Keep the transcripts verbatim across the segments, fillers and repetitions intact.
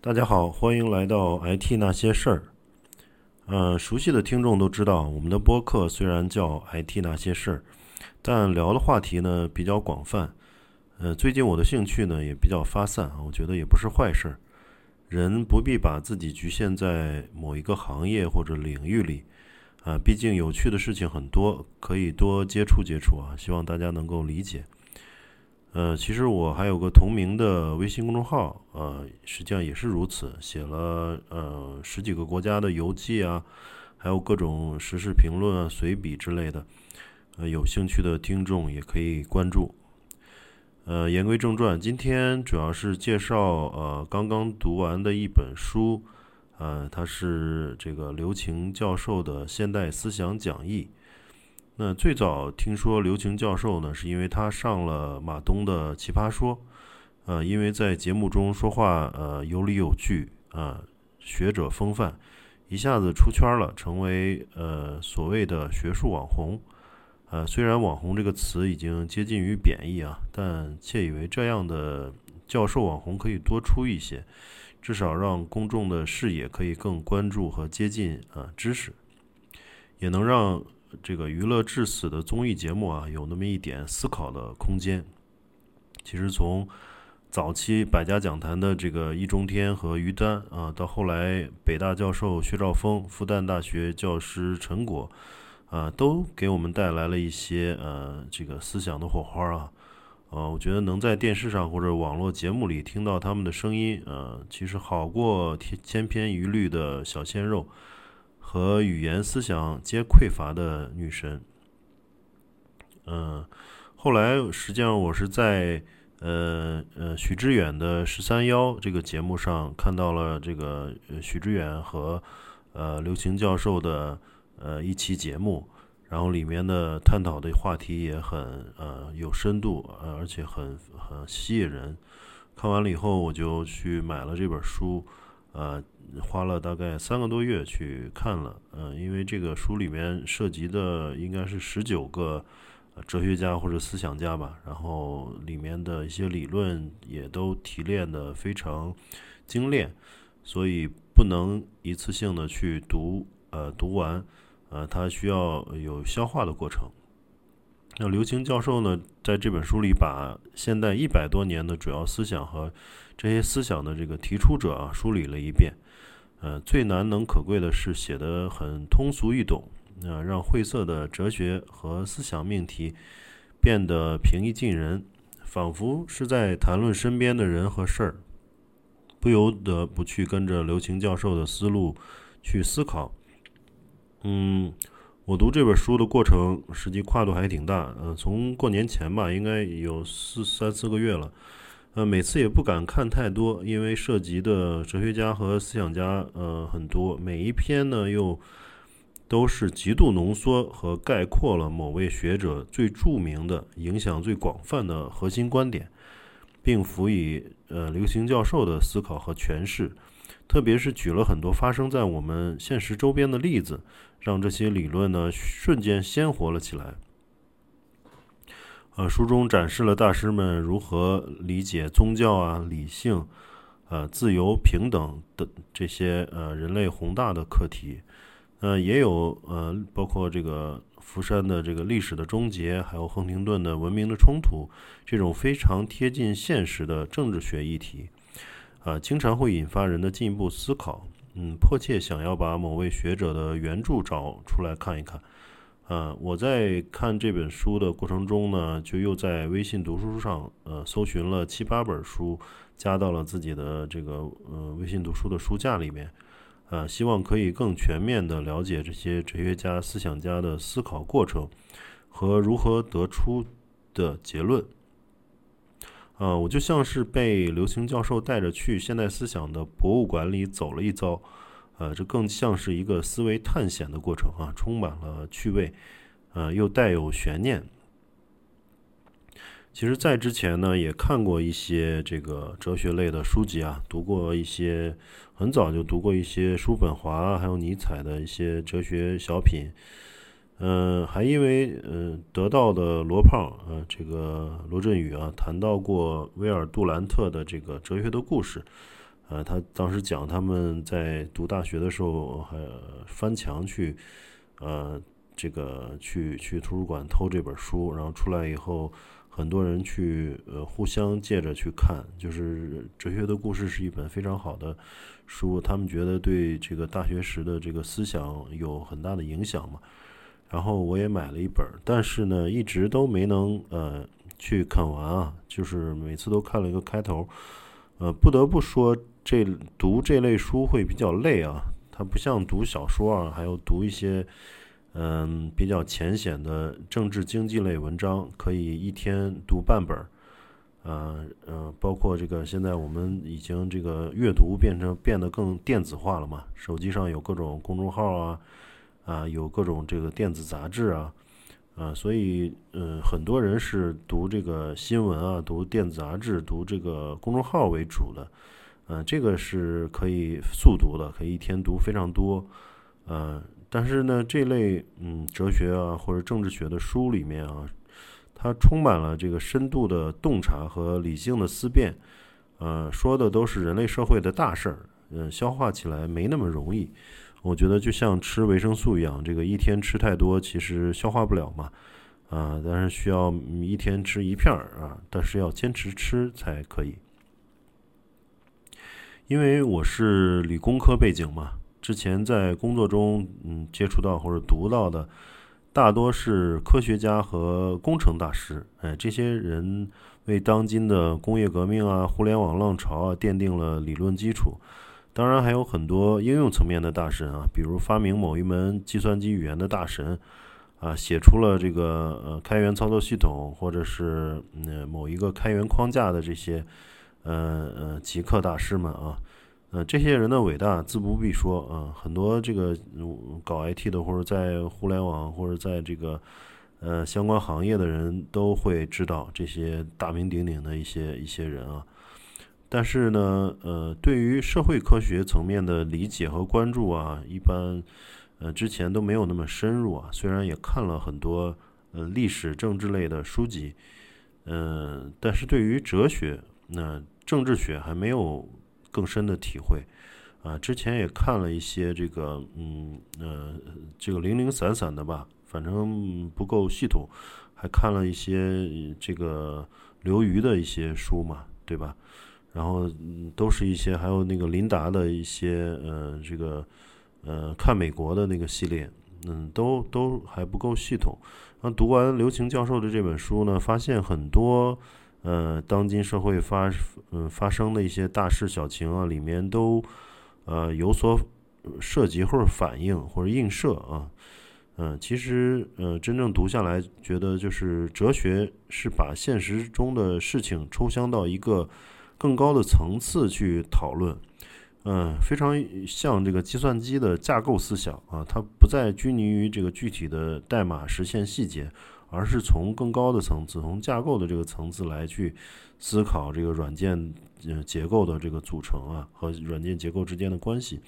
大家好，欢迎来到 I T 那些事儿。呃，熟悉的听众都知道，我们的播客虽然叫 I T 那些事儿，但聊的话题呢比较广泛。呃，最近我的兴趣呢也比较发散，我觉得也不是坏事。人不必把自己局限在某一个行业或者领域里，啊、毕竟有趣的事情很多，可以多接触接触啊。希望大家能够理解。呃，其实我还有个同名的微信公众号，呃，实际上也是如此，写了呃十几个国家的游记啊，还有各种时事评论啊、随笔之类的。呃，有兴趣的听众也可以关注。呃，言归正传，今天主要是介绍呃刚刚读完的一本书，呃，它是这个刘擎教授的《现代思想讲义》。那最早听说刘擎教授呢，是因为他上了马东的《奇葩说》，呃，因为在节目中说话呃有理有据啊、呃，学者风范，一下子出圈了，成为呃所谓的学术网红。呃，虽然网红这个词已经接近于贬义啊，但窃以为这样的教授网红可以多出一些，至少让公众的视野可以更关注和接近啊、呃、知识，也能让这个娱乐至死的综艺节目啊有那么一点思考的空间。其实从早期百家讲坛的这个易中天和于丹啊，到后来北大教授薛兆丰、复旦大学教师陈果啊，都给我们带来了一些呃这个思想的火花啊。呃，我觉得能在电视上或者网络节目里听到他们的声音，呃，其实好过千篇一律的小鲜肉和语言思想皆匮乏的女神。嗯、呃，后来实际上我是在呃呃许知远的十三幺这个节目上看到了这个呃许知远和呃刘擎教授的呃一期节目，然后里面的探讨的话题也很呃有深度，呃而且很很吸引人。看完了以后，我就去买了这本书，呃，花了大概三个多月去看了，呃，因为这个书里面涉及的应该是十九个哲学家或者思想家吧，然后里面的一些理论也都提炼的非常精炼，所以不能一次性的去读，呃，读完，呃，它需要有消化的过程。那刘擎教授呢，在这本书里把现代一百多年的主要思想和这些思想的这个提出者啊梳理了一遍。呃，最难能可贵的是写得很通俗易懂，呃，让晦涩的哲学和思想命题变得平易近人，仿佛是在谈论身边的人和事儿，不由得不去跟着刘擎教授的思路去思考。嗯，我读这本书的过程，实际跨度还挺大。呃，从过年前吧，应该有四三四个月了。呃，每次也不敢看太多，因为涉及的哲学家和思想家呃很多，每一篇呢又都是极度浓缩和概括了某位学者最著名的、影响最广泛的核心观点，并辅以呃刘擎教授的思考和诠释。特别是举了很多发生在我们现实周边的例子，让这些理论呢瞬间鲜活了起来。呃，书中展示了大师们如何理解宗教啊、理性、呃、自由、平等的这些呃人类宏大的课题。呃，也有呃，包括这个福山的这个历史的终结，还有亨廷顿的文明的冲突，这种非常贴近现实的政治学议题。啊，经常会引发人的进一步思考，嗯，迫切想要把某位学者的原著找出来看一看。呃，我在看这本书的过程中呢，就又在微信读书上呃搜寻了七八本书，加到了自己的这个呃微信读书的书架里面，呃，希望可以更全面地了解这些哲学家、思想家的思考过程和如何得出的结论。呃，我就像是被刘擎教授带着去现代思想的博物馆里走了一遭，呃，这更像是一个思维探险的过程啊，充满了趣味，呃，又带有悬念。其实，在之前呢，也看过一些这个哲学类的书籍啊，读过一些，很早就读过一些叔本华还有尼采的一些哲学小品。嗯、呃，还因为呃得到的罗胖呃这个罗振宇啊谈到过威尔杜兰特的这个哲学的故事， 呃，他当时讲他们在读大学的时候，呃，翻墙去，呃，这个去去图书馆偷这本书，然后出来以后，很多人去呃互相借着去看，就是《哲学的故事》是一本非常好的书，他们觉得对这个大学时的这个思想有很大的影响嘛。然后我也买了一本，但是呢，一直都没能呃去啃完啊，就是每次都看了一个开头，呃，不得不说，这读这类书会比较累啊，它不像读小说啊，还有读一些嗯比较浅显的政治经济类文章，可以一天读半本儿。呃呃，包括这个现在我们已经这个阅读变成变得更电子化了嘛，手机上有各种公众号啊，啊，有各种这个电子杂志啊，啊，所以呃，很多人是读这个新闻啊，读电子杂志，读这个公众号为主的，呃，这个是可以速读的，可以一天读非常多，呃，但是呢，这类嗯哲学啊或者政治学的书里面啊，它充满了这个深度的洞察和理性的思辨，呃，说的都是人类社会的大事儿，嗯、消化起来没那么容易。我觉得就像吃维生素一样，这个一天吃太多其实消化不了嘛，啊，但是需要一天吃一片儿啊，但是要坚持吃才可以。因为我是理工科背景嘛，之前在工作中嗯接触到或者读到的，大多是科学家和工程大师，哎，这些人为当今的工业革命啊、互联网浪潮啊奠定了理论基础。当然还有很多应用层面的大神啊，比如发明某一门计算机语言的大神啊，写出了这个呃开源操作系统，或者是嗯某一个开源框架的这些呃呃极客大师们啊，呃这些人的伟大自不必说啊，很多这个、嗯搞 I T 的或者在互联网或者在这个呃相关行业的人都会知道这些大名鼎鼎的一些一些人啊。但是呢，呃，对于社会科学层面的理解和关注啊，一般呃之前都没有那么深入啊。虽然也看了很多呃历史、政治类的书籍，嗯、呃，但是对于哲学、那、呃、政治学还没有更深的体会啊。之前也看了一些这个，嗯呃，这个零零散散的吧，反正不够系统，还看了一些呃这个刘瑜的一些书嘛，对吧？然后嗯都是一些，还有那个琳达的一些呃这个呃看美国的那个系列，嗯，都都还不够系统。然后读完刘擎教授的这本书呢，发现很多呃当今社会发嗯、呃、发生的一些大事小情啊，里面都呃有所涉及或者反应或者映射啊。嗯、呃，其实呃真正读下来，觉得就是哲学是把现实中的事情抽象到一个更高的层次去讨论，嗯，非常像这个计算机的架构思想啊，它不再拘泥于这个具体的代码实现细节，而是从更高的层次，从架构的这个层次来去思考这个软件呃结构的这个组成啊和软件结构之间的关系，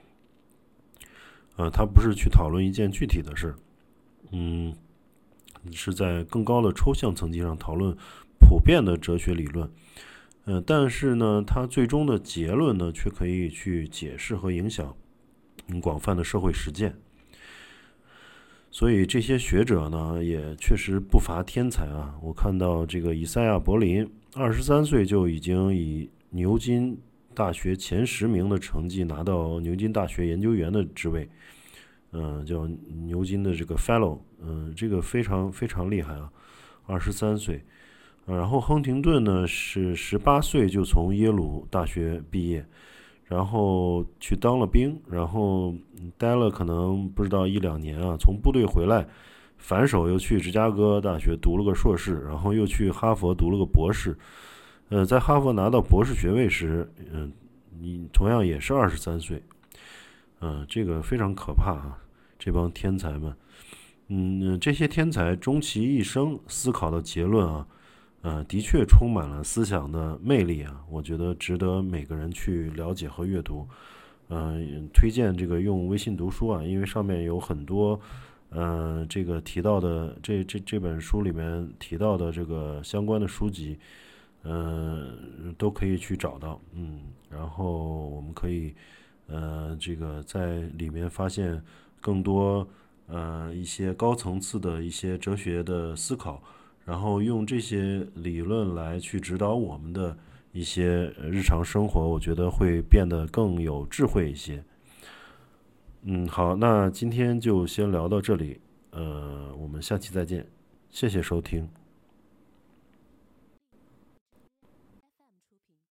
呃，它不是去讨论一件具体的事，嗯，是在更高的抽象层级上讨论普遍的哲学理论。呃，但是呢，它最终的结论呢，却可以去解释和影响嗯广泛的社会实践。所以这些学者呢，也确实不乏天才啊。我看到这个以赛亚·柏林，二十三岁就已经以牛津大学前十名的成绩拿到牛津大学研究员的职位，嗯、呃，叫牛津的这个 Fellow，嗯、呃，这个非常非常厉害啊，二十三岁。然后亨廷顿呢是十八岁就从耶鲁大学毕业，然后去当了兵，然后待了可能不知道一两年啊，从部队回来，反手又去芝加哥大学读了个硕士，然后又去哈佛读了个博士。呃，在哈佛拿到博士学位时，嗯、呃，你同样也是二十三岁，嗯、呃，这个非常可怕啊，这帮天才们，嗯，这些天才终其一生思考的结论啊。呃，的确充满了思想的魅力啊，我觉得值得每个人去了解和阅读。呃，推荐这个用微信读书啊，因为上面有很多，呃，这个提到的这这这本书里面提到的这个相关的书籍， 呃，都可以去找到，嗯，然后我们可以，呃，这个在里面发现更多，呃，一些高层次的一些哲学的思考，然后用这些理论来去指导我们的一些呃日常生活，我觉得会变得更有智慧一些。嗯，好，那今天就先聊到这里，呃，我们下期再见，谢谢收听。